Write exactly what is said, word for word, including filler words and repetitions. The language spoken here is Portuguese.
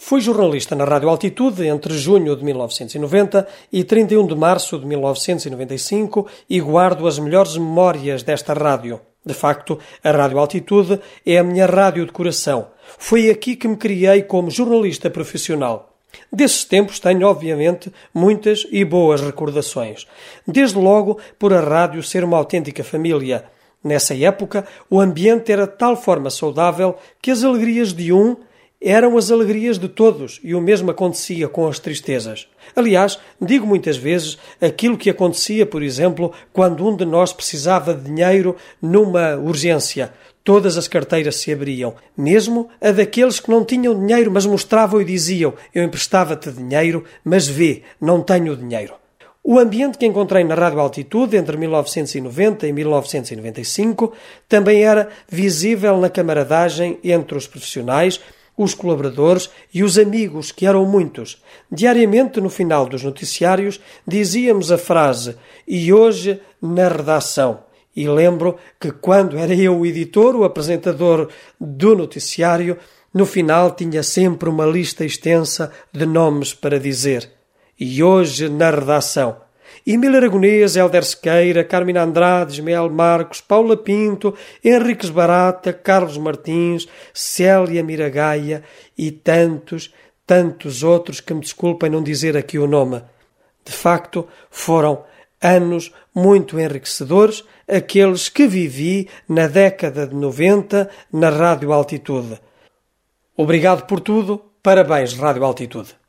Fui jornalista na Rádio Altitude entre junho de mil novecentos e noventa e trinta e um de março de mil novecentos e noventa e cinco e guardo as melhores memórias desta rádio. De facto, a Rádio Altitude é a minha rádio de coração. Foi aqui que me criei como jornalista profissional. Desses tempos tenho, obviamente, muitas e boas recordações. Desde logo por a rádio ser uma autêntica família. Nessa época, o ambiente era de tal forma saudável que as alegrias de um eram as alegrias de todos e o mesmo acontecia com as tristezas. Aliás, digo muitas vezes aquilo que acontecia, por exemplo, quando um de nós precisava de dinheiro numa urgência. Todas as carteiras se abriam, mesmo a daqueles que não tinham dinheiro, mas mostravam e diziam: eu emprestava-te dinheiro, mas vê, não tenho dinheiro. O ambiente que encontrei na Rádio Altitude entre mil novecentos e noventa e mil novecentos e noventa e cinco também era visível na camaradagem entre os profissionais, os colaboradores e os amigos, que eram muitos. Diariamente, no final dos noticiários, dizíamos a frase "e hoje na redação". E lembro que quando era eu o editor, o apresentador do noticiário, no final tinha sempre uma lista extensa de nomes para dizer. E hoje na redação. Emílio Aragonês, Hélder Sequeira, Carmina Andrade, Ismael Marcos, Paula Pinto, Henriques Barata, Carlos Martins, Célia Miragaia e tantos, tantos outros que me desculpem não dizer aqui o nome. De facto, foram anos muito enriquecedores, aqueles que vivi na década de noventa na Rádio Altitude. Obrigado por tudo. Parabéns, Rádio Altitude.